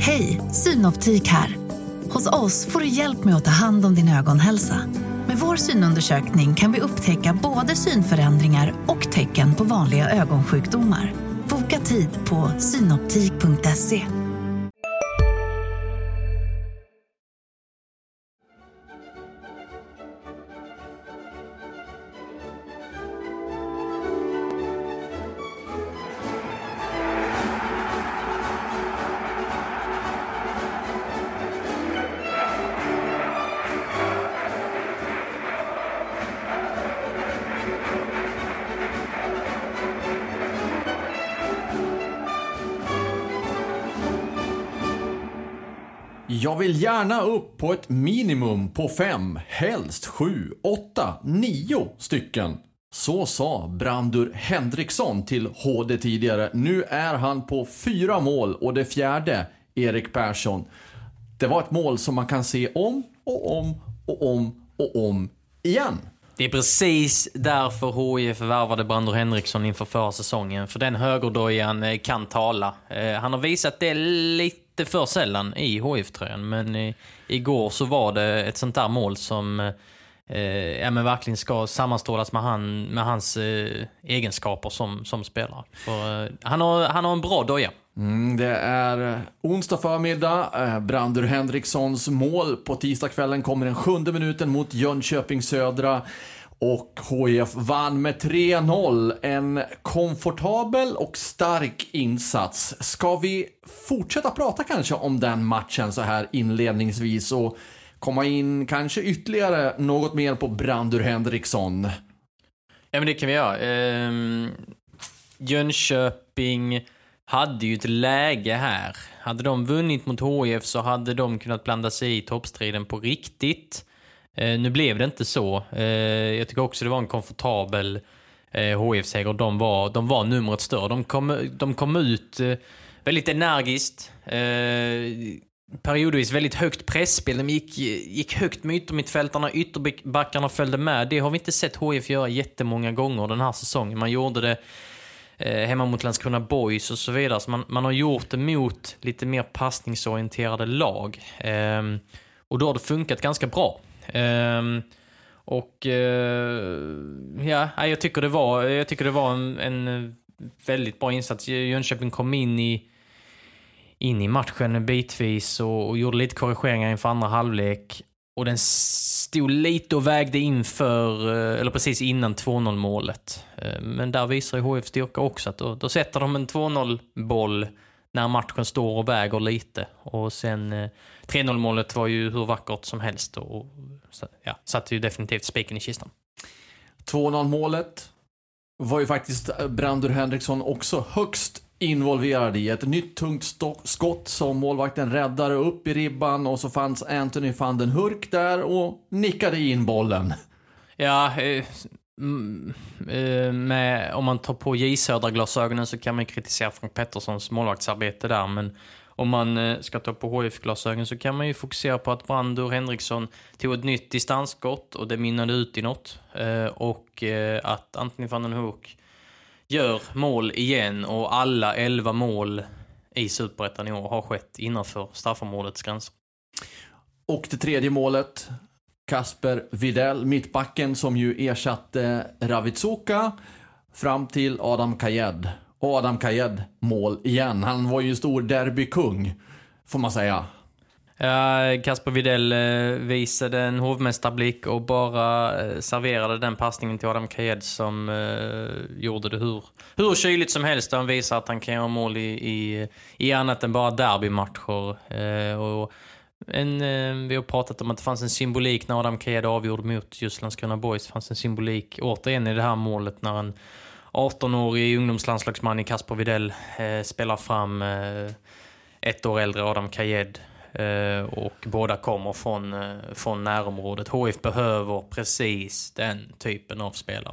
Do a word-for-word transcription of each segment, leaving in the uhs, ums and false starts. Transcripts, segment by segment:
Hej, Synoptik här. Hos oss får du hjälp med att ta hand om din ögonhälsa. Med vår synundersökning kan vi upptäcka både synförändringar och tecken på vanliga ögonsjukdomar. Boka tid på synoptik punkt se. Jag vill gärna upp på ett minimum på fem, helst sju, åtta, nio stycken. Så sa Brandur Henriksson till H D tidigare. Nu är han på fyra mål och det fjärde, Erik Persson. Det var ett mål som man kan se om och om och om och om igen. Det är precis därför H I F förvärvade Brandur Henriksson inför förra säsongen. För den högerdojan kan tala. Han har visat det lite för sällan i H I F-tröjan. Men i, igår så var det ett sånt där mål som eh, ja, men verkligen ska sammanstrålas med, han, med hans eh, egenskaper som, som spelare. För, eh, han, har, han har en bra doja. Mm, det är onsdag förmiddag. eh, Brandur Henrikssons mål på tisdagskvällen kommer den sjunde minuten mot Jönköping Södra. Och H I F vann med tre noll. En komfortabel och stark insats. Ska vi fortsätta prata kanske om den matchen så här inledningsvis och komma in kanske ytterligare något mer på Brandur Henriksson? Ja, men det kan vi göra. Ehm, Jönköping hade ju ett läge här. Hade de vunnit mot H I F så hade de kunnat blanda sig i toppstriden på riktigt. Eh, nu blev det inte så. Eh, jag tycker också det var en komfortabel eh, H I F-seger. De var, de var numret större. De kom, de kom ut eh, väldigt energiskt. Eh, periodvis väldigt högt pressspel. De gick, gick högt med yttermittfältarna. Ytterbackarna följde med. Det har vi inte sett H I F göra jättemånga gånger den här säsongen. Man gjorde det eh, hemma mot Landskrona Boys och så vidare. Så man, man har gjort det mot lite mer passningsorienterade lag. Eh, och då har det funkat ganska bra. Um, och uh, ja, jag tycker det var jag tycker det var en, en väldigt bra insats. Jönköping kom in i in i matchen bitvis och, och gjorde lite korrigeringar inför andra halvlek och den stod lite och vägde inför eller precis innan två noll målet. Uh, men där visar H F styrka också att då, då sätter de en två noll boll när matchen står och väger lite. Och sen eh, tre noll målet var ju hur vackert som helst. Och ja, satte ju definitivt spiken i kistan. två noll målet var ju faktiskt Brandur Henriksson också högst involverad i. Ett nytt tungt sto- skott som målvakten räddade upp i ribban. Och så fanns Anthony van den Hurk där och nickade in bollen. Ja, eh, Mm, eh, med, om man tar på J Södra-glasögonen så kan man kritisera Frank Petterssons målvaktsarbete där, men om man eh, ska ta på H I F-glasögon så kan man ju fokusera på att Brandur Henriksson tog ett nytt distansskott och det minnade ut i något eh, och eh, att Anthony van den Hurk gör mål igen och alla elva mål i Superettan i år har skett innanför straffområdets gränser. Och det tredje målet, Kasper Widell, mittbacken som ju ersatte Ravitsuka fram till Adam Kajed. Och Adam Kajed mål igen. Han var ju en stor derbykung, får man säga. Ja, Kasper Widell eh, visade en hovmästarblick och bara eh, serverade den passningen till Adam Kajed som eh, gjorde det hur, hur kyligt som helst. Han visar att han kan göra mål i, i, i annat än bara derbymatcher. Eh, och En, eh, vi har pratat om att det fanns en symbolik när Adam Kajed avgjorde mot just Landskrona Boys. Det fanns en symbolik återigen i det här målet när en arton-årig ungdomslandslagsman i Kasper Widell eh, spelar fram eh, ett år äldre Adam Kajed eh, och båda kommer från, eh, från närområdet. H F behöver precis den typen av spelare.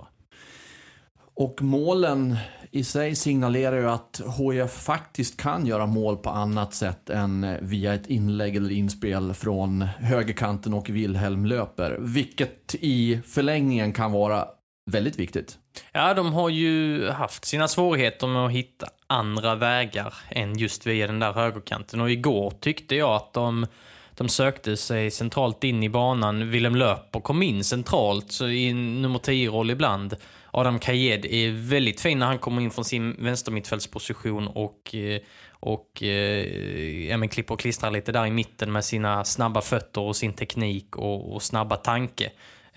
Och målen i sig signalerar ju att H I F faktiskt kan göra mål på annat sätt än via ett inlägg eller inspel från högerkanten och Wilhelm löper. Vilket i förlängningen kan vara väldigt viktigt. Ja, de har ju haft sina svårigheter med att hitta andra vägar än just via den där högerkanten. Och igår tyckte jag att de, de sökte sig centralt in i banan. Willem Löper kom in centralt så i nummer tio-roll ibland. Adam Kajed är väldigt fin när han kommer in från sin vänstermittfältsposition och, och ja, men klipper och klistrar lite där i mitten med sina snabba fötter och sin teknik och, och snabba tanke.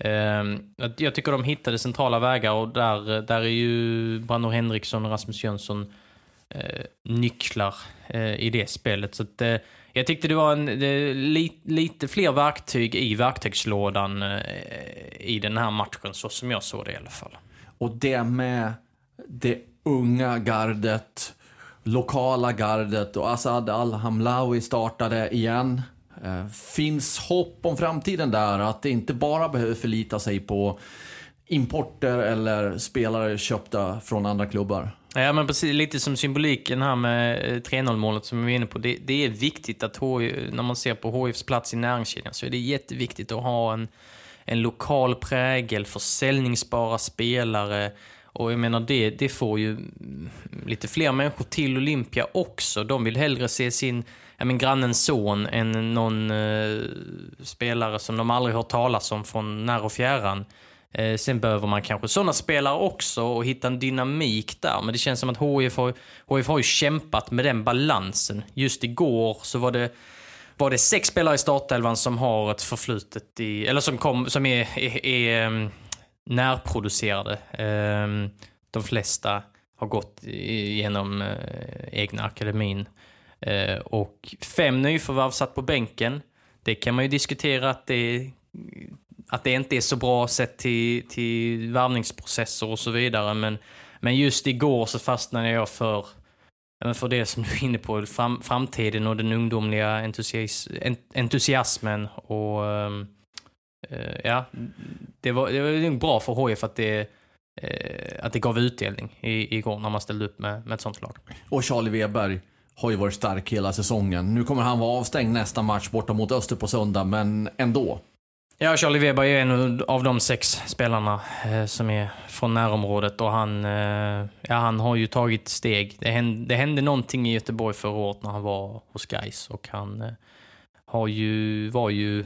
Jag tycker de hittade centrala vägar och där, där är ju Brandon Henriksson och Rasmus Jönsson eh, nycklar eh, i det spelet. Så att, eh, jag tyckte det var en, det, li, lite fler verktyg i verktygslådan eh, i den här matchen, så som jag såg det i alla fall. Och det med det unga gardet, lokala gardet och Asad Al-Hamlawi startade igen. Eh, finns hopp om framtiden där, att det inte bara behöver förlita sig på importer eller spelare köpta från andra klubbar? Ja, men precis, lite som symboliken här med tre noll-målet som vi är inne på. Det, det är viktigt att H I, när man ser på H I F:s plats i näringskedjan, så är det jätteviktigt att ha en, en lokal prägel, försäljningsbara spelare. Och jag menar, det, det får ju lite fler människor till Olympia också. De vill hellre se sin ja, men grannens son än någon eh, spelare som de aldrig hört talas om från när och fjärran. Eh, sen behöver man kanske sådana spelare också och hitta en dynamik där. Men det känns som att H I F har, H I F har ju kämpat med den balansen. Just igår så var det, var det sex spelare i startelvan som har ett förflutet i, eller som, kom, som är, är, är närproducerade. Eh, de flesta har gått genom eh, egna akademin. Eh, och fem nyförvärv satt på bänken. Det kan man ju diskutera att det att det inte är så bra sett till, till värvningsprocesser och så vidare. Men, men just igår så fastnade jag för, för det som du är inne på, fram, framtiden och den ungdomliga entusias, entusiasmen. Och uh, ja, det var, det var bra för H I F att det, uh, att det gav utdelning i, igår när man ställde upp med, med ett sånt lag. Och Charlie Weber har ju varit stark hela säsongen. Nu kommer han vara avstängd nästa match borta mot Öster på söndag, men ändå. Ja, Charlie Weber är en av de sex spelarna eh, som är från närområdet och han, eh, ja, han har ju tagit steg. Det hände, det hände någonting i Göteborg förra året när han var hos Gais och han eh, har ju, var ju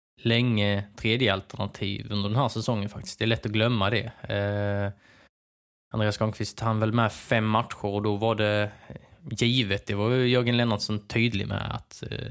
länge tredje alternativ under den här säsongen faktiskt. Det är lätt att glömma det. Eh, Andreas Granqvist hann väl med fem matcher och då var det givet. Det var ju Jörgen Lennartsson tydlig med att eh,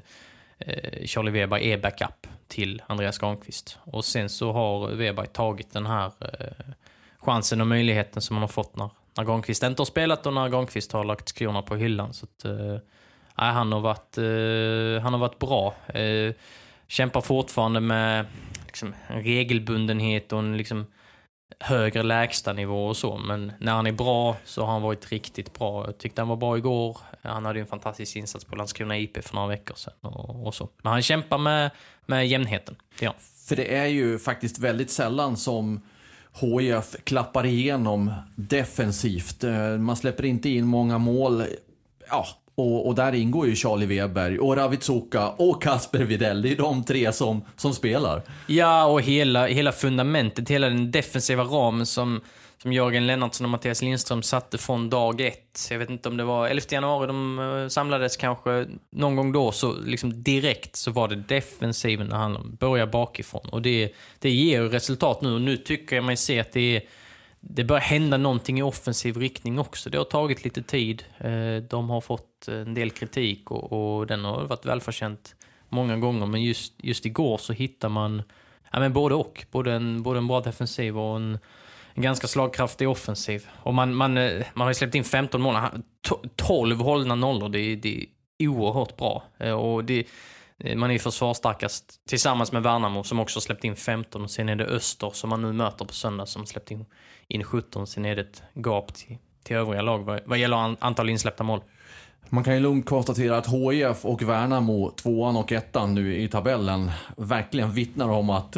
Charlie Weber är backup till Andreas Granqvist. Och sen så har Weber tagit den här eh, chansen och möjligheten som han har fått när, när Granqvist inte har spelat och när Granqvist har lagt skorna på hyllan. Så att, eh, han, har varit, eh, han har varit bra. Eh, kämpar fortfarande med liksom, en regelbundenhet och en liksom, högre lägsta nivå och så. Men när han är bra så har han varit riktigt bra. Jag tyckte han var bra igår. Han hade ju en fantastisk insats på Landskrona I P för några veckor sedan och, och så. Men han kämpar med, med jämnheten. Ja. För det är ju faktiskt väldigt sällan som H I F klappar igenom defensivt. Man släpper inte in många mål. Ja, och, och där ingår ju Charlie Weber och Ravitsuka och Kasper Widell. Det är de tre som, som spelar. Ja, och hela, hela fundamentet, hela den defensiva ramen som, som Jörgen Lennartsson och Mattias Lindström satte från dag ett. Jag vet inte om det var elfte januari de samlades kanske någon gång då, så liksom direkt så var det defensiven när han började bakifrån. Och det, det ger ju resultat nu och nu tycker jag man ser att det är Det börjar hända någonting i offensiv riktning också. Det har tagit lite tid. De har fått en del kritik och, och den har varit välförtjänt många gånger. Men just, just igår så hittar man ja, men både och. Både en, både en bra defensiv och en, en ganska slagkraftig offensiv. Och man, man, man har ju släppt in femton mål. tolv hållna nollor. Det, det är oerhört bra. Och det, man är försvarsstarkast tillsammans med Värnamo som också släppt in femton. Och sen är det Öster som man nu möter på söndag som släppt in in sjutton. Sen är det ett gap till, till övriga lag vad, vad gäller an, antal insläppta mål. Man kan ju lugnt konstatera att H I F och Värnamo, tvåan och ettan nu i tabellen, verkligen vittnar om att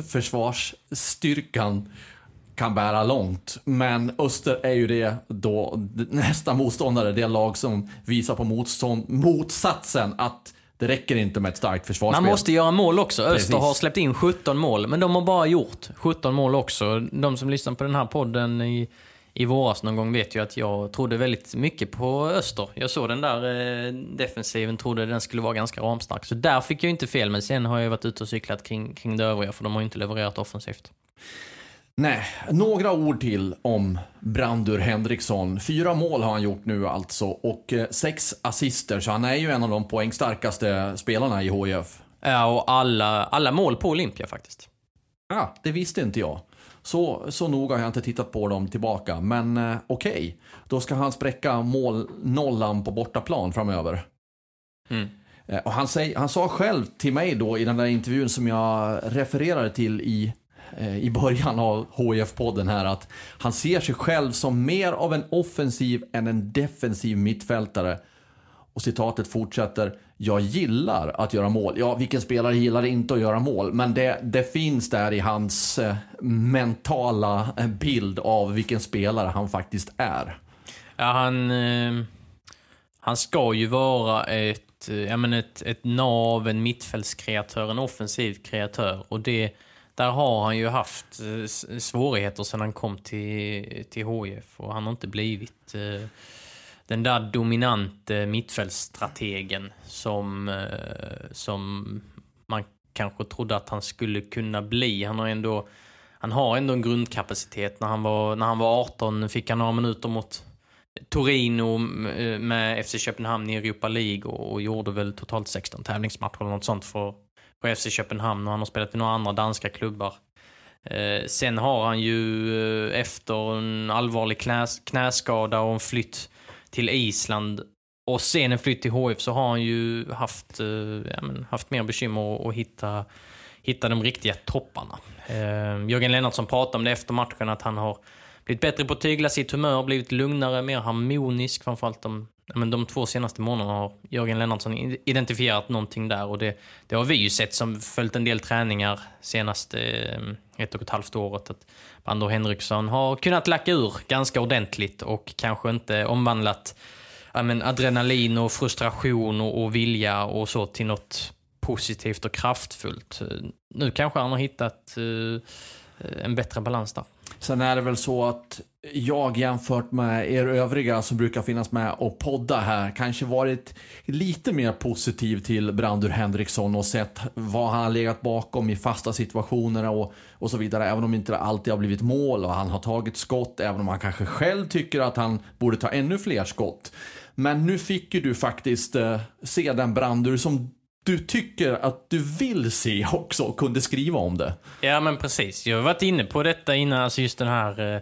försvarsstyrkan kan bära långt. Men Öster är ju det då nästa motståndare, det lag som visar på motstånd, motsatsen, att Det räcker inte med ett starkt försvarsspel. Man måste göra mål också. Öster Precis. har släppt in sjutton mål, men de har bara gjort sjutton mål också. De som lyssnar på den här podden i, i våras någon gång vet ju att jag trodde väldigt mycket på Öster. Jag såg den där eh, defensiven, trodde den skulle vara ganska ramstark. Så där fick jag inte fel, men sen har jag varit ute och cyklat kring, kring det övriga, för de har ju inte levererat offensivt. Nej, några ord till om Brandur Henriksson. Fyra mål har han gjort nu alltså och eh, sex assister, så han är ju en av de poängstarkaste spelarna i H I F. Ja, och alla, alla mål på Olympia faktiskt. Ja, det visste inte jag. Så, så noga har jag inte tittat på dem tillbaka. Men eh, okej, okay. Då ska han spräcka målnollan på bortaplan framöver. Mm. Eh, och han, säg, han sa själv till mig då i den där intervjun som jag refererade till i, eh, i början av H I F-podden här, att han ser sig själv som mer av en offensiv än en defensiv mittfältare. Och citatet fortsätter: jag gillar att göra mål. Ja, vilken spelare gillar inte att göra mål? Men det, det finns där i hans eh, mentala bild av vilken spelare han faktiskt är. Ja, han, eh, han ska ju vara ett, jag menar ett, ett nav, en mittfältskreatör, en offensiv kreatör. Och det, där har han ju haft eh, svårigheter sedan han kom till, till H I F. Och han har inte blivit... Eh, den där dominante mittfältstrategen som, som man kanske trodde att han skulle kunna bli. Han har ändå, han har ändå en grundkapacitet. När han var, när han var arton fick han några minuter mot Torino med F C Köpenhamn i Europa League och, och gjorde väl totalt sexton tävlingsmatcher eller något sånt för, för F C Köpenhamn, och han har spelat i några andra danska klubbar. Eh, sen har han ju eh, efter en allvarlig knäs, knäskada och en flytt till Island och sen en flytt till H F, så har han ju haft, eh, ja, men, haft mer bekymmer att, att hitta, hitta de riktiga topparna. Eh, Jörgen Lennartsson pratade om det efter matchen, att han har blivit bättre på att tygla sitt humör, blivit lugnare, mer harmonisk. Framförallt de, ja, men de två senaste månaderna har Jörgen Lennartsson identifierat någonting där, och det, det har vi ju sett som följt en del träningar senaste eh, ett och ett halvt året, att Brandur Henriksson har kunnat lacka ur ganska ordentligt och kanske inte omvandlat ja, men adrenalin och frustration och, och vilja och så till något positivt och kraftfullt. Nu kanske han har hittat uh, en bättre balans där. Sen är det väl så att jag jämfört med er övriga som brukar finnas med och podda här kanske varit lite mer positiv till Brandur Henriksson och sett vad han har legat bakom i fasta situationer och, och så vidare. Även om inte det alltid har blivit mål och han har tagit skott, även om han kanske själv tycker att han borde ta ännu fler skott. Men nu fick ju du faktiskt eh, se den Brandur som du tycker att du vill se också och kunde skriva om det. Ja, men precis. Jag har varit inne på detta innan, alltså just den här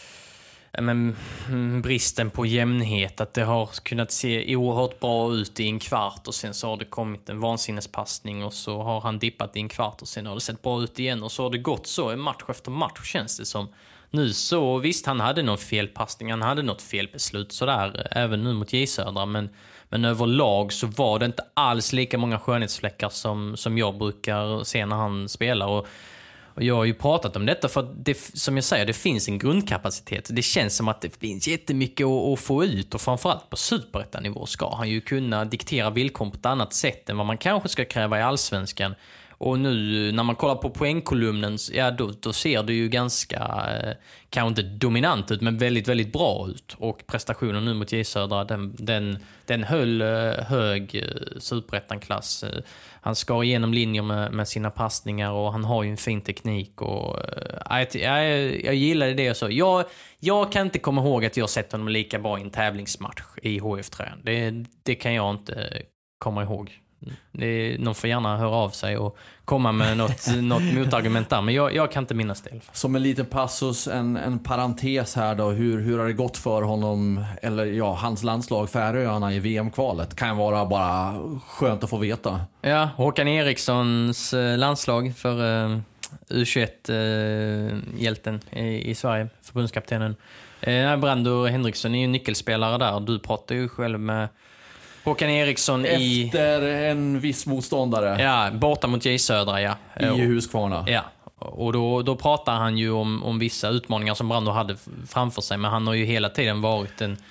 eh, men, bristen på jämnhet, att det har kunnat se oerhört bra ut i en kvart och sen så har det kommit en vansinnespassning och så har han dippat i en kvart och sen har det sett bra ut igen och så har det gått så i match efter match, känns det som. Nu så, visst, han hade någon felpassning, han hade något felbeslut sådär, även nu mot J Södra, men Men överlag så var det inte alls lika många skönhetsfläckar som, som jag brukar se när han spelar. Och, och jag har ju pratat om detta för att det, som jag säger, det finns en grundkapacitet. Det känns som att det finns jättemycket att, att få ut, och framförallt på superettanivå ska han ju kunna diktera villkor på ett annat sätt än vad man kanske ska kräva i allsvenskan. Och nu när man kollar på poängkolumnen, ja, då, då ser det ju ganska, eh, kanske inte dominant ut, men väldigt, väldigt bra ut. Och prestationen nu mot J Södra, den, den, den höll eh, hög eh, superettanklass. Eh, han skar igenom linjer med, med sina passningar och han har ju en fin teknik. Och, eh, jag, jag, jag gillade det och så. Jag, jag kan inte komma ihåg att jag sett honom lika bra i en tävlingsmatch i H F-tröjan. Det, det kan jag inte komma ihåg. Det, någon får gärna höra av sig och komma med något, något motargument där, men jag, jag kan inte minnas det. Som en liten passus, en, en parentes här då, hur, hur har det gått för honom, eller ja, hans landslag Färöarna i V M-kvalet? Kan vara bara skönt att få veta. Ja, Håkan Erikssons landslag för uh, U tjugoett-hjälten uh, i, i Sverige, förbundskaptenen. Uh, Brandur Henriksson är ju nyckelspelare där. Du pratar ju själv med Håkan Eriksson i... Efter en viss motståndare. Ja, borta mot J Södra, ja. I Huskvarna. Ja, och då, då pratar han ju om, om vissa utmaningar som Brandur hade framför sig. Men han har ju hela tiden varit en,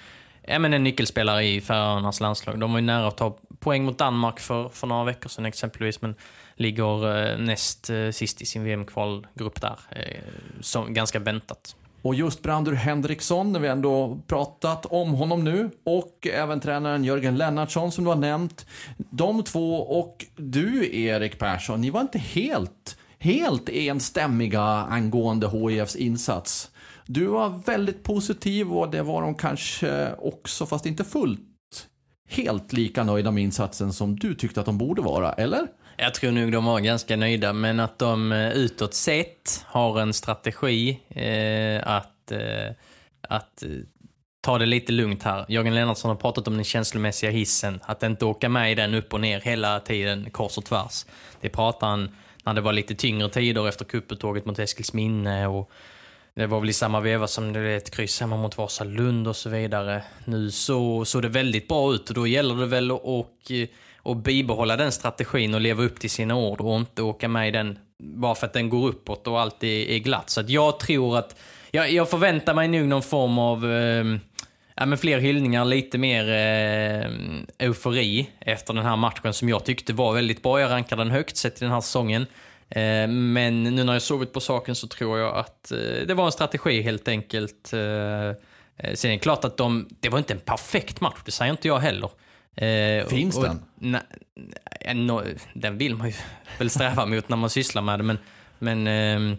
ja, men en nyckelspelare i Färöarnas landslag. De var ju nära att ta poäng mot Danmark för, för några veckor sedan exempelvis, men ligger eh, näst eh, sist i sin V M-kvalgrupp där. Eh, som, ganska väntat. Och just Brandur Henriksson, när vi ändå pratat om honom nu, och även tränaren Jörgen Lennartsson som du har nämnt. De två och du, Erik Persson, ni var inte helt, helt enstämmiga angående H I F:s insats. Du var väldigt positiv och det var de kanske också, fast inte fullt helt lika nöjda med insatsen som du tyckte att de borde vara, eller? Jag tror nog de var ganska nöjda, men att de utåt sett har en strategi eh, att, eh, att eh, ta det lite lugnt här. Jörgen Lennartsson har pratat om den känslomässiga hissen, att inte åka med i den upp och ner hela tiden, kors och tvärs. Det pratar han när det var lite tyngre tider efter kuppetåget mot Eskilsminne, och det var väl i samma veva som det är ett kryss hemma mot Vasalund och så vidare. Nu så såg det väldigt bra ut, och då gäller det väl att och, och bibehålla den strategin och leva upp till sina ord och inte åka med i den bara för att den går uppåt och alltid är glatt. Så att jag tror att jag, jag förväntar mig nog någon form av eh, ja, men fler hyllningar, lite mer eh, eufori efter den här matchen som jag tyckte var väldigt bra. Jag rankade den högt sett i den här säsongen. Men nu när jag sovit på saken så tror jag att det var en strategi helt enkelt. Sen är det klart att de, det var inte en perfekt match, det säger inte jag heller. Finns och, den? Na, no, den vill man ju väl sträva mot när man sysslar med det, men, men eh,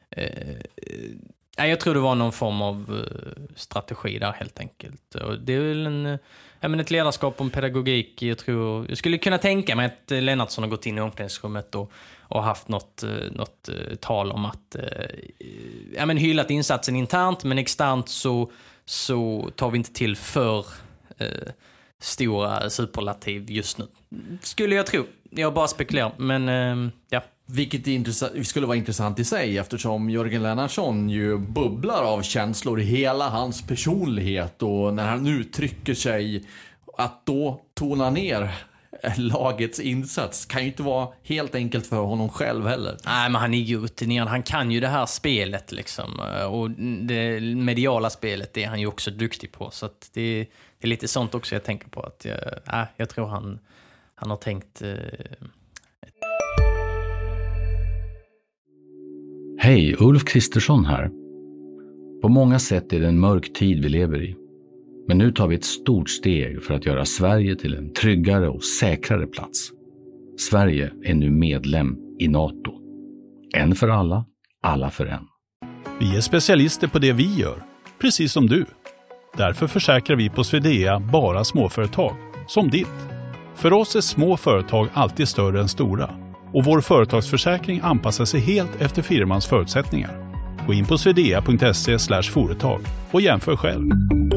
eh, jag tror det var någon form av strategi där helt enkelt. Och det är väl en, ja, men ett ledarskap och en pedagogik. Jag tror, jag skulle kunna tänka mig att Lennartsson har gått in i omklädningsrummet och och haft något, något tal om att ja, men hyllat insatsen internt, men externt så, så tar vi inte till för eh, stora superlativ just nu. Skulle jag tro. Jag bara spekulerar, men eh, ja. Vilket intressa- skulle vara intressant i sig, eftersom Jörgen Lennartsson ju bubblar av känslor i hela hans personlighet, och när han nu trycker sig att då tona ner lagets insats kan ju inte vara helt enkelt för honom själv heller. Nej, men han är ju rutinerad. Han kan ju det här spelet liksom. Och det mediala spelet är han ju också duktig på. Så att det, det är lite sånt också jag tänker på. Att jag, äh, jag tror han, han har tänkt... Eh... Hej, Ulf Kristersson här. På många sätt är det en mörk tid vi lever i. Men nu tar vi ett stort steg för att göra Sverige till en tryggare och säkrare plats. Sverige är nu medlem i NATO. En för alla, alla för en. Vi är specialister på det vi gör, precis som du. Därför försäkrar vi på Swedea bara småföretag, som ditt. För oss är små företag alltid större än stora. Och vår företagsförsäkring anpassar sig helt efter firmans förutsättningar. Gå in på swedea punkt se slash företag och jämför själv.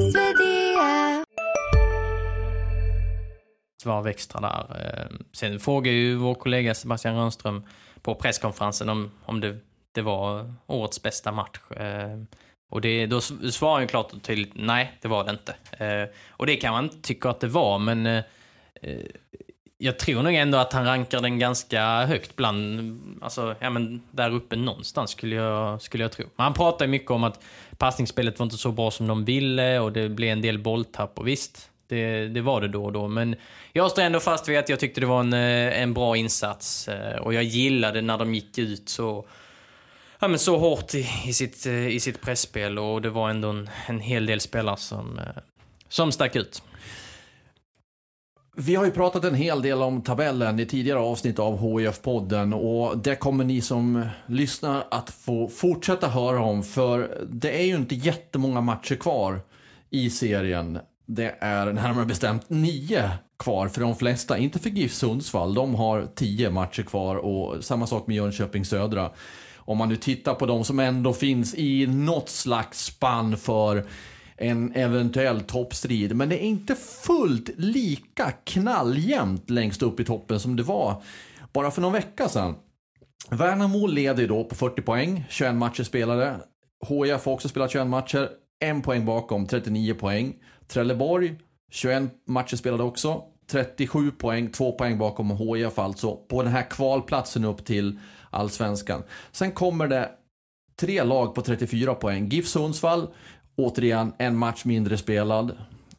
Svar extra där. Sen frågar ju vår kollega Sebastian Rönnström på presskonferensen om, om det, det var årets bästa match. Och det, då svarar han ju klart och tydligt, nej, det var det inte. Och det kan man tycka att det var, men jag tror nog ändå att han rankar den ganska högt bland, alltså, ja, men där uppe någonstans skulle jag, skulle jag tro. Men han pratar ju mycket om att passningsspelet var inte så bra som de ville och det blev en del bolltapp, och visst, det, det var det då och då. Men jag står ändå fast vid att jag tyckte det var en, en bra insats, och jag gillade när de gick ut så, ja, men så hårt i, i, sitt, i sitt pressspel, och det var ändå en, en hel del spelare som, som stack ut. Vi har ju pratat en hel del om tabellen i tidigare avsnitt av H I F-podden, och det kommer ni som lyssnar att få fortsätta höra om, för det är ju inte jättemånga matcher kvar i serien. Det är närmare bestämt nio kvar för de flesta, inte för GIF Sundsvall, de har tio matcher kvar, och samma sak med Jönköping Södra. Om man nu tittar på de som ändå finns i något slags spann för en eventuell toppstrid, men det är inte fullt lika knalljämnt längst upp i toppen som det var bara för någon vecka sedan. Värnamo leder då på fyrtio poäng, tjugoett matcher spelade. H I F har också spelat tjugoett matcher, en poäng bakom, trettionio poäng. Trelleborg, tjugoett matcher spelade också, trettiosju poäng, två poäng bakom H I F, alltså på den här kvalplatsen upp till Allsvenskan. Sen kommer det tre lag på trettiofyra poäng. GIF Sundsvall, återigen en match mindre spelad,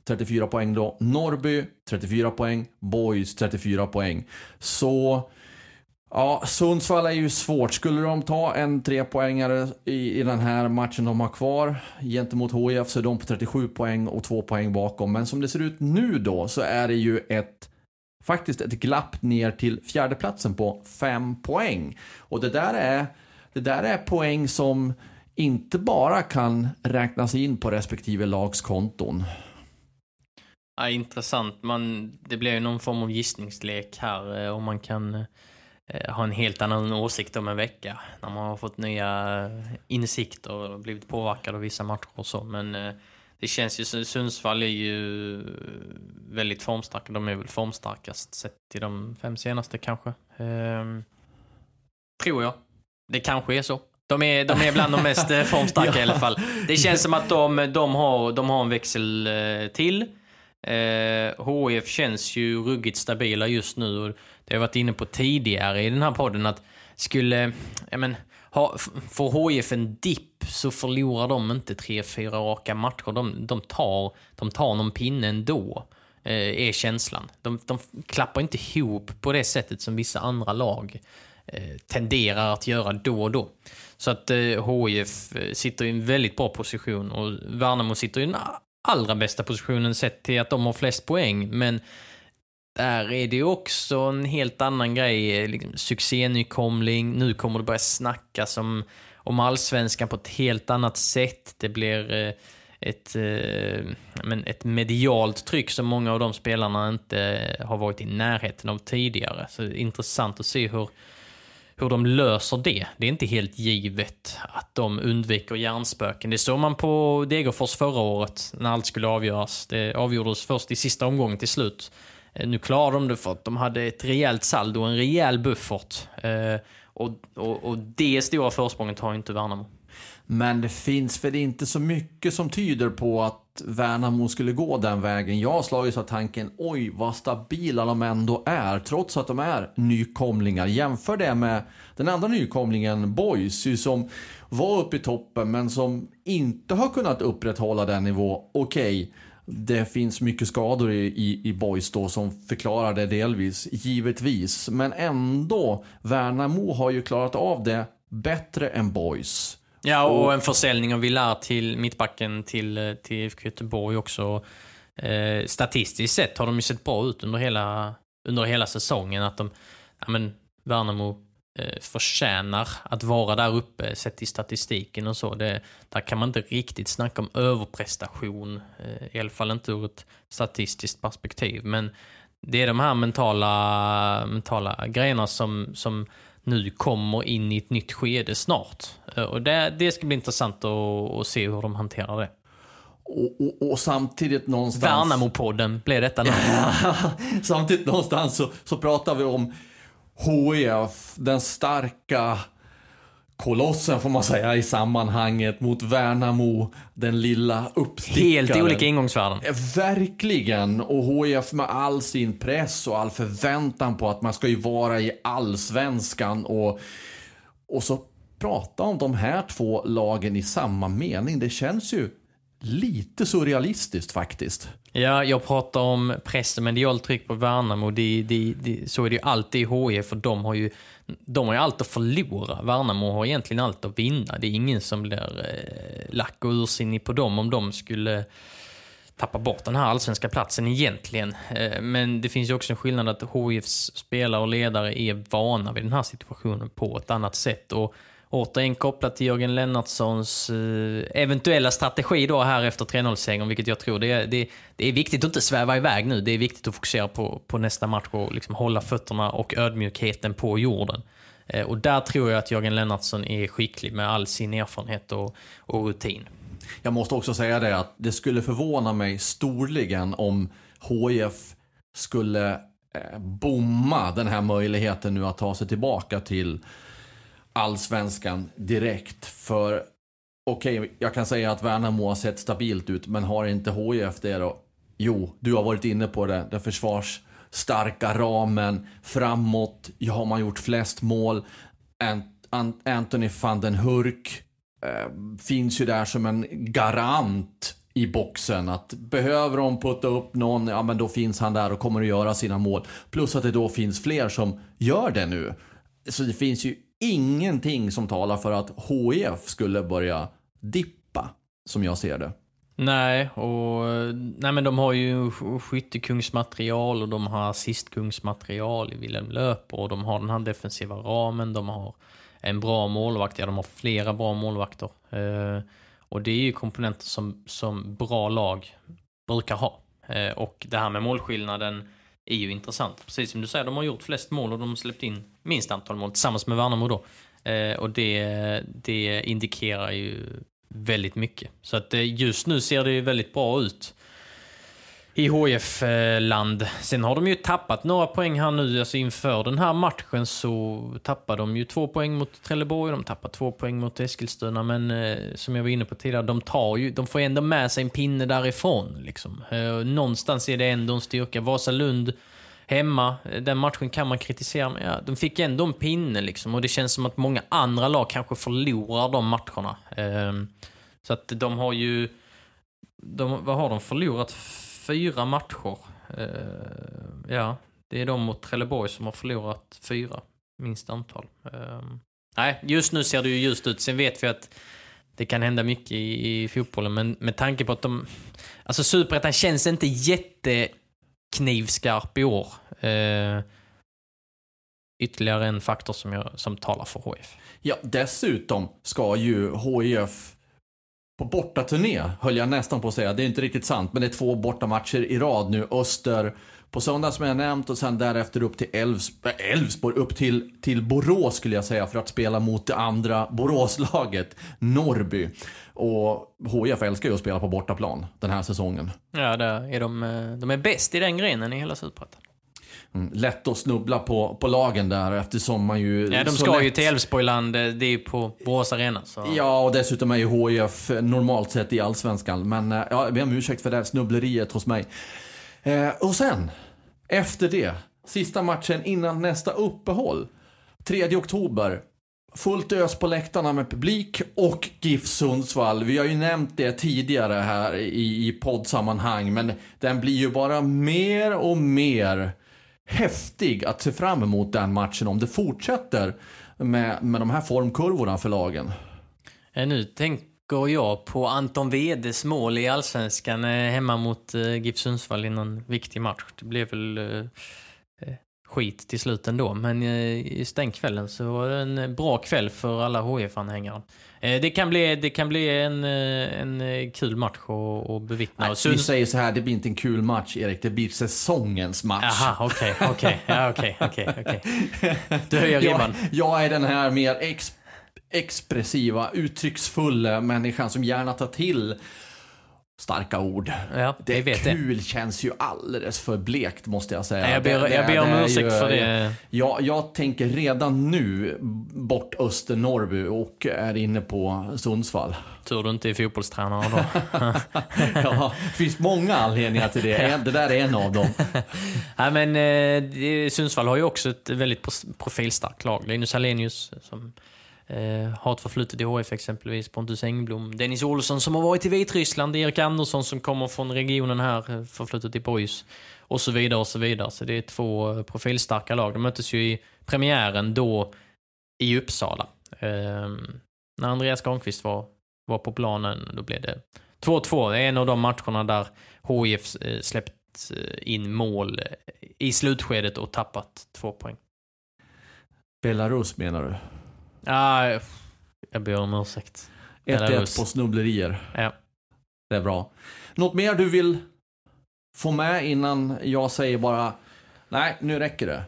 trettiofyra poäng då. Norrby trettiofyra poäng. Boys trettiofyra poäng. Så ja, Sundsvall är ju svårt. Skulle de ta en trepoängare i, i den här matchen de har kvar gentemot H I F, så är de på trettiosju poäng och två poäng bakom. Men som det ser ut nu då, så är det ju ett faktiskt ett glapp ner till fjärdeplatsen på fem poäng. Och det där är det där är poäng som inte bara kan räknas in på respektive lags konton. Ja, intressant. Man, det blir ju någon form av gissningslek här, och man kan eh, ha en helt annan åsikt om en vecka när man har fått nya insikter och blivit påverkad av vissa matcher och så. Men eh, det känns ju som Sundsvall är ju väldigt formstarka. De är väl formstarkast sett till de fem senaste kanske. Ehm, tror jag. Det kanske är så. De är, de är bland de mest formstarka ja. i alla fall. Det känns som att de, de, har, de har en växel till. Eh, H I F känns ju ruggigt stabila just nu. Och det har jag varit inne på tidigare i den här podden att skulle... Jag men, ha, får H I F en dipp så förlorar de inte tre, fyra raka matcher. De, de, tar, de tar någon pinne ändå, eh, är känslan. De, de klappar inte ihop på det sättet som vissa andra lag eh, tenderar att göra då och då. Så att eh, H I F sitter i en väldigt bra position och Värnamo sitter i den allra bästa positionen sett till att de har flest poäng. Men där är det ju också en helt annan grej. Liksom, succénykomling. Nu kommer det börja snackas om, om allsvenskan på ett helt annat sätt. Det blir eh, ett, eh, men ett medialt tryck som många av de spelarna inte har varit i närheten av tidigare. Så det är intressant att se hur hur de löser det. Det är inte helt givet att de undviker hjärnspöken. Det såg man på Degerfors förra året när allt skulle avgöras. Det avgjordes först i sista omgången till slut. Nu klarar de det för att de hade ett rejält saldo, en rejäl buffert. Och, och, och det stora försprånget har inte Värnamo. Men det finns väl inte så mycket som tyder på att Värnamo skulle gå den vägen. Jag har slagit så tanken, oj vad stabila de ändå är, trots att de är nykomlingar. Jämför det med den andra nykomlingen, Boys, som var uppe i toppen men som inte har kunnat upprätthålla den nivå. Okej, det finns mycket skador i, i, i Boys då som förklarar det delvis, givetvis. Men ändå, Värnamo har ju klarat av det bättre än Boys. Ja, och en försäljning av Villar till mittbacken till, till I F K Göteborg också. Eh, statistiskt sett har de ju sett bra ut under hela, under hela säsongen. Att de, ja men, Värnamo eh, förtjänar att vara där uppe sett i statistiken och så. Det, där kan man inte riktigt snacka om överprestation. Eh, I alla fall inte ur ett statistiskt perspektiv. Men det är de här mentala, mentala grejerna som... som nu kommer in i ett nytt skede snart. Och det, det ska bli intressant att, att se hur de hanterar det. Och, och, och samtidigt någonstans... Värnamo-podden blev detta nu. Samtidigt någonstans så, så pratar vi om H I F, den starka kolossen får man säga i sammanhanget, mot Värnamo, den lilla uppstickaren. Helt olika ingångsvärden. Verkligen, och H I F med all sin press och all förväntan på att man ska ju vara i allsvenskan och, och så prata om de här två lagen i samma mening. Det känns ju lite surrealistiskt faktiskt. Ja, jag pratar om press och medialt tryck på Värnamo. Det, det, det, så är det ju alltid i H I F, för de har ju de har ju allt att förlora. Värnamo har egentligen allt att vinna. Det är ingen som blir eh, lack och ursinnig på dem om de skulle tappa bort den här allsvenska platsen egentligen. Eh, men det finns ju också en skillnad att H I Fs spelare och ledare är vana vid den här situationen på ett annat sätt. Och återigen kopplat till Jörgen Lennartssons eh, eventuella strategi då här efter tre noll-segern, vilket jag tror det är, det, det är viktigt att inte sväva iväg nu. Det är viktigt att fokusera på, på nästa match och liksom hålla fötterna och ödmjukheten på jorden. Eh, och där tror jag att Jörgen Lennartsson är skicklig med all sin erfarenhet och, och rutin. Jag måste också säga det att det skulle förvåna mig storligen om H I F skulle eh, bomma den här möjligheten nu att ta sig tillbaka till allsvenskan direkt. För okej, okay, jag kan säga att Värnamo har sett stabilt ut, men har inte H I F det då? Jo, du har varit inne på det. Den försvarsstarka ramen framåt. Ja, har man gjort flest mål. Ant- Ant- Anthony van den Hurk eh, finns ju där som en garant i boxen. Att behöver de putta upp någon, ja men då finns han där och kommer att göra sina mål. Plus att det då finns fler som gör det nu. Så det finns ju ingenting som talar för att H I F skulle börja dippa, som jag ser det. Nej, och nej, men de har ju skyttekungsmaterial och de har assistkungsmaterial i Wilhelm Löper och de har den här defensiva ramen, de har en bra målvakt, ja de har flera bra målvakter. Eh, och det är ju komponenter som, som bra lag brukar ha. Eh, och det här med målskillnaden är ju intressant. Precis som du säger, de har gjort flest mål och de har släppt in minst antal mål tillsammans med Värnamo då. Eh, och det, det indikerar ju väldigt mycket. Så att just nu ser det ju väldigt bra ut i H I F-land. Sen har de ju tappat några poäng här nu. Alltså inför den här matchen så tappade de ju två poäng mot Trelleborg. De tappade två poäng mot Eskilstuna. Men eh, som jag var inne på tidigare, de, tar ju, de får ändå med sig en pinne därifrån. Liksom. Eh, någonstans är det ändå en styrka. Vasalund hemma, den matchen kan man kritisera. Men ja, de fick ändå en pinne. Liksom, och det känns som att många andra lag kanske förlorar de matcherna. Eh, så att de har ju... De, vad har de förlorat? Fyra matcher. Uh, ja, det är de mot Trelleborg som har förlorat fyra, minst antal. Uh, nej, just nu ser det ju just ut. Sen vet vi att det kan hända mycket i, i fotbollen, men med tanke på att de... Alltså Superettan känns inte jätteknivskarp i år. Uh, ytterligare en faktor som, jag, som talar för H I F. Ja, dessutom ska ju H I F på bortaturné, höll jag nästan på att säga. Det är inte riktigt sant, men det är två bortamatcher i rad nu. Öster på söndag som jag nämnt och sen därefter upp till Älvsborg, Älvsborg upp till, till Borås skulle jag säga, för att spela mot det andra Boråslaget, Norrby. Och H I F älskar ju att spela på bortaplan den här säsongen. Ja, där är de, de är bäst i den grenen i hela Superettan. Mm, lätt att snubbla på, på lagen där eftersom man ju... Ja, de ska lätt... ju till Älvsborgland, det är ju på Borås Arena. Så. Ja, och dessutom är ju H I F normalt sett i Allsvenskan. Men ja, jag ber om ursäkt för det här snubbleriet hos mig. Eh, och sen, efter det, sista matchen innan nästa uppehåll. tredje oktober. Fullt ös på läktarna med publik och GIF Sundsvall. Vi har ju nämnt det tidigare här i, i poddsammanhang. Men den blir ju bara mer och mer häftig att se fram emot den matchen om det fortsätter med, med de här formkurvorna för lagen. Nu tänker jag på Anton Wedes mål i Allsvenskan hemma mot uh, GIF Sundsvall i någon viktig match. Det blev väl uh, skit till slut ändå, men uh, just den kvällen så var det en bra kväll för alla H I F-anhängare. Uh, det kan bli, det kan bli en, uh, en kul match att, att bevittna. Nej, vi säger så här, det blir inte en kul match, Erik, det blir säsongens match. Aha, okej, okay, okej, okay. ja, okej, okay, okej, okay, okej. Du höjer ribban. Jag, jag är den här mer ex, expressiva, uttrycksfulla människan som gärna tar till starka ord. Ja, det vet kul det. Känns ju alldeles för blekt, måste jag säga. Nej, jag ber, det, jag ber om det ursäkt ju, för det. Jag, jag tänker redan nu bort Öster Norrby och är inne på Sundsvall. Tur du inte är fotbollstränare då. Ja, det finns många anledningar till det. Det där är en av dem. Nej, men eh, Sundsvall har ju också ett väldigt profilstarkt lag. Linus Hallenius som Eh, har ett förflutet i H F exempelvis, Pontus Engblom, Dennis Olsson som har varit i Vitryssland, Erik Andersson som kommer från regionen här, förflutet i Boys och så vidare och så vidare. Så det är två profilstarka lag. De möttes ju i premiären då i Uppsala. Eh, när Andreas Granqvist var, var på planen, då blev det två två. Det är en av de matcherna där H I F eh, släppt in mål i slutskedet och tappat två poäng. Belarus menar du? Ja, jag ber om ursäkt. ett ett på snubblerier. Ja. Det är bra. Något mer du vill få med innan jag säger bara nej, nu räcker det?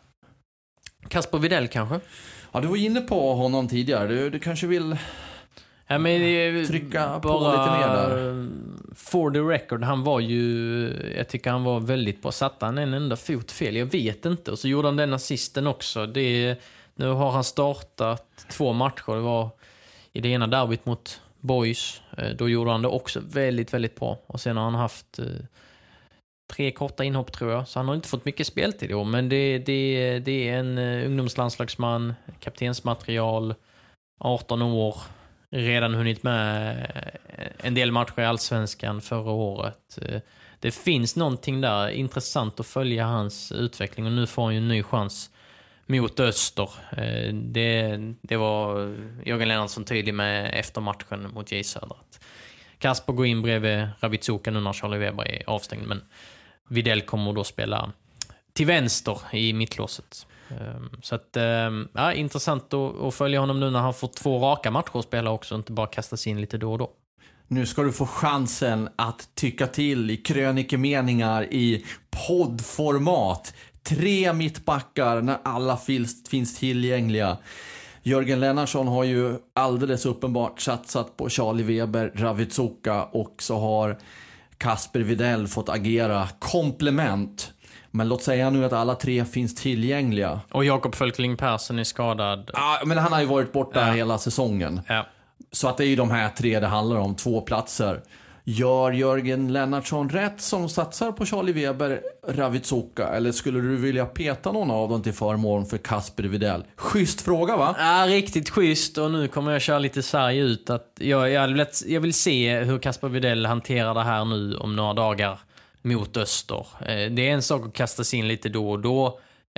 Kasper Widell kanske? Ja, du var inne på honom tidigare. Du, du kanske vill ja, men trycka på bara lite mer där. For the record, han var ju, jag tycker han var väldigt bra. Satt han en enda fot fel? Jag vet inte. Och så gjorde han den assisten också. Det Nu har han startat två matcher. Det var i det ena derbyt mot Boys. Då gjorde han det också väldigt, väldigt bra. Och sen har han haft tre korta inhopp tror jag. Så han har inte fått mycket speltid i år. Men det, det, det är en ungdomslandslagsman, kaptensmaterial, arton år. redan hunnit med en del matcher i Allsvenskan förra året. Det finns någonting där intressant att följa hans utveckling och nu får han ju en ny chans mot Öster. Det, det var Jörgen Lennartsson tydlig med efter matchen mot J Södra. Kasper går in bredvid Rawitzuka nu när Charlie Weber är avstängd, men Widell kommer då spela till vänster i mittlåset. Så att, ja, intressant att, att följa honom nu när han får två raka matcher att spela också, inte bara kastas in lite då och då. Nu ska du få chansen att tycka till i krönikemeningar i poddformat. Tre mittbackar när alla finns, finns tillgängliga. Jörgen Lennartsson har ju alldeles uppenbart satsat på Charlie Weber, Rawitzuka, och så har Kasper Widell fått agera komplement. Men låt säga nu att alla tre finns tillgängliga. Och Jakob Fölkling Persson är skadad. Ja, men han har ju varit borta ja. hela säsongen. Ja. Så att det är ju de här tre det handlar om, två platser. Gör Jörgen Lennartsson rätt som satsar på Charlie Weber, Rawitzuka, eller skulle du vilja peta någon av dem till förmån för Kasper Widell? Schysst fråga, va? Ja, riktigt schysst, och nu kommer jag köra lite sarg ut att jag, jag, vill, jag vill se hur Kasper Widell hanterar det här nu om några dagar mot Öster. Det är en sak att kasta sig in lite då och då,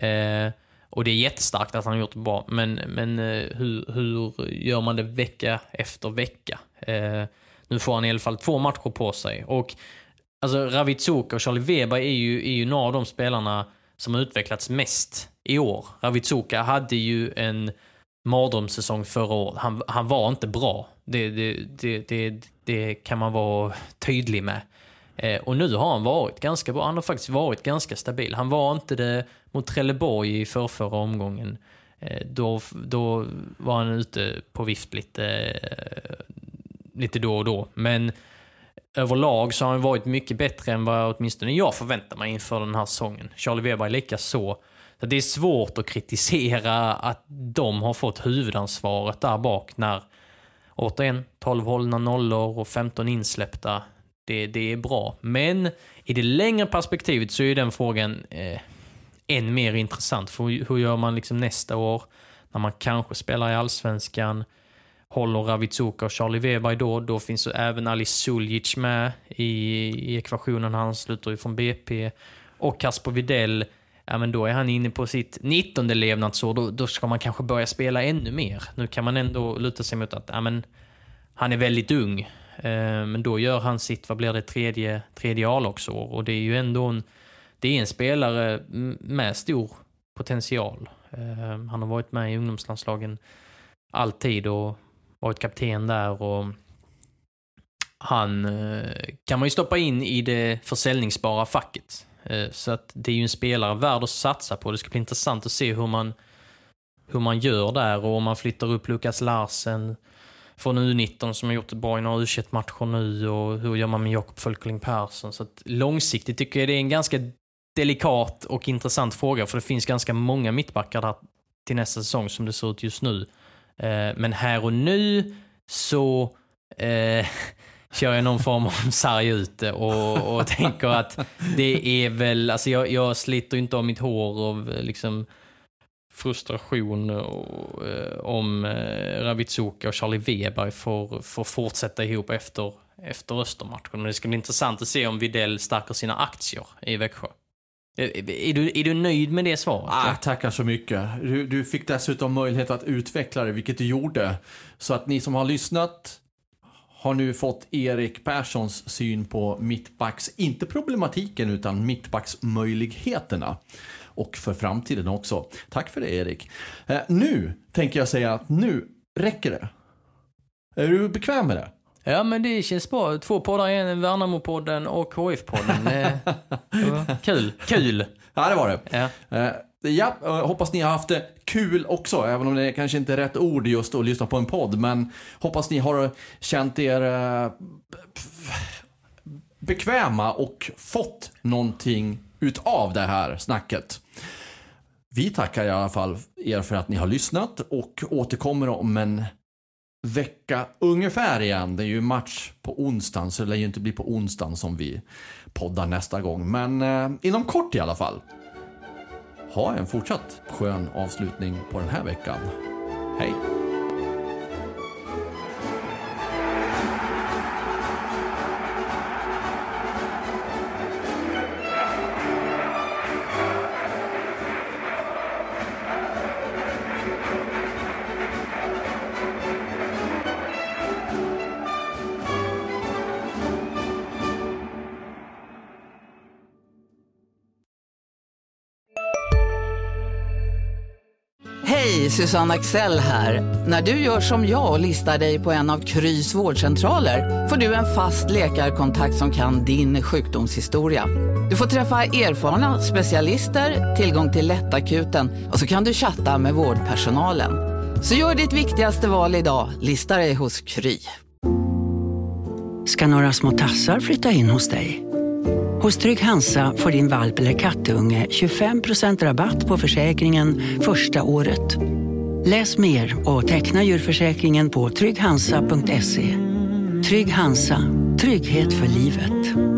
och det är jättestarkt att han har gjort det bra, men, men hur, hur gör man det vecka efter vecka? Nu får han i alla fall två matcher på sig. Och alltså, Rawitzuka och Charlie Weber är ju, är ju några av de spelarna som har utvecklats mest i år. Rawitzuka hade ju en mardrömssäsong förra året. Han, han var inte bra. Det, det, det, det, det kan man vara tydlig med. Eh, och nu har han varit ganska bra. Han har faktiskt varit ganska stabil. Han var inte det mot Trelleborg i förrförra omgången. Eh, då, då var han ute på vift lite... Eh, lite då och då, men överlag så har han varit mycket bättre än vad åtminstone jag förväntar mig inför den här säsongen. Charlie Weber är lika så. Så det är svårt att kritisera att de har fått huvudansvaret där bak när återigen tolv hållna nollor och femton insläppta. Det, det är bra. Men i det längre perspektivet så är den frågan eh, än mer intressant. För hur gör man liksom nästa år när man kanske spelar i Allsvenskan? Håller Rawitzuka och Charlie Weber då, då finns så även Ali Suljic med i, i ekvationen. Han slutar ju från B P. Och Kasper Widell, ja, men då är han inne på sitt nittonde levnadsår. Då, då ska man kanske börja spela ännu mer. Nu kan man ändå luta sig mot att ja, men, han är väldigt ung. Eh, men då gör han sitt, vad blir det, tredje, tredje A-lagsår. Och det är ju ändå en, det är en spelare med stor potential. Eh, han har varit med i ungdomslandslagen alltid och varit kapten där, och han kan man ju stoppa in i det försäljningsbara facket. Så att det är ju en spelare värd att satsa på. Det ska bli intressant att se hur man hur man gör där, och om man flyttar upp Lukas Larsen från U nitton som har gjort det bra i några U tjugoett-matcher nu, och hur gör man med Jakob Fölkling Persson. Så att långsiktigt tycker jag det är en ganska delikat och intressant fråga, för det finns ganska många mittbackar där till nästa säsong som det ser ut just nu. Men här och nu så eh, kör jag någon form av sarg ute och, och tänker att det är väl, alltså jag, jag sliter inte av mitt hår av liksom frustration och, eh, om eh, Rawitzuka och Charlie Weber får, får fortsätta ihop efter, efter Östermatchen. Men det ska bli intressant att se om Widell stärker sina aktier i Växjö. Är, är, du, är du nöjd med det svaret? Ah, tackar så mycket. Du, du fick dessutom möjlighet att utveckla det, vilket du gjorde. Så att ni som har lyssnat har nu fått Erik Perssons syn på mittbacks, inte problematiken utan mittbacksmöjligheterna. Och för framtiden också. Tack för det, Erik. Eh, nu tänker jag säga att nu räcker det. Är du bekväm med det? Ja, men det känns bra. Två poddar igen, Värnamo-podden och H F-podden. Kul, kul. Ja, det var det. Ja. Eh, ja, hoppas ni har haft det kul också, även om det kanske inte är rätt ord just att lyssna på en podd. Men hoppas ni har känt er eh, bekväma och fått någonting utav det här snacket. Vi tackar i alla fall er för att ni har lyssnat och återkommer om en vecka ungefär igen. Det är ju match på onsdagen, så det lär ju inte bli på onsdagen som vi poddar nästa gång. Men eh, inom kort i alla fall. Ha en fortsatt skön avslutning på den här veckan. Hej! Hej, Susanne Axel här. När du gör som jag och listar dig på en av Krys vårdcentraler får du en fast läkarkontakt som kan din sjukdomshistoria. Du får träffa erfarna specialister, tillgång till lättakuten och så kan du chatta med vårdpersonalen. Så gör ditt viktigaste val idag, lista dig hos Kry. Ska några små tassar flytta in hos dig? Hos Trygg Hansa får din valp eller kattunge tjugofem procent rabatt på försäkringen första året. Läs mer och teckna djurförsäkringen på trygg hansa punkt se. Trygg Hansa, trygghet för livet.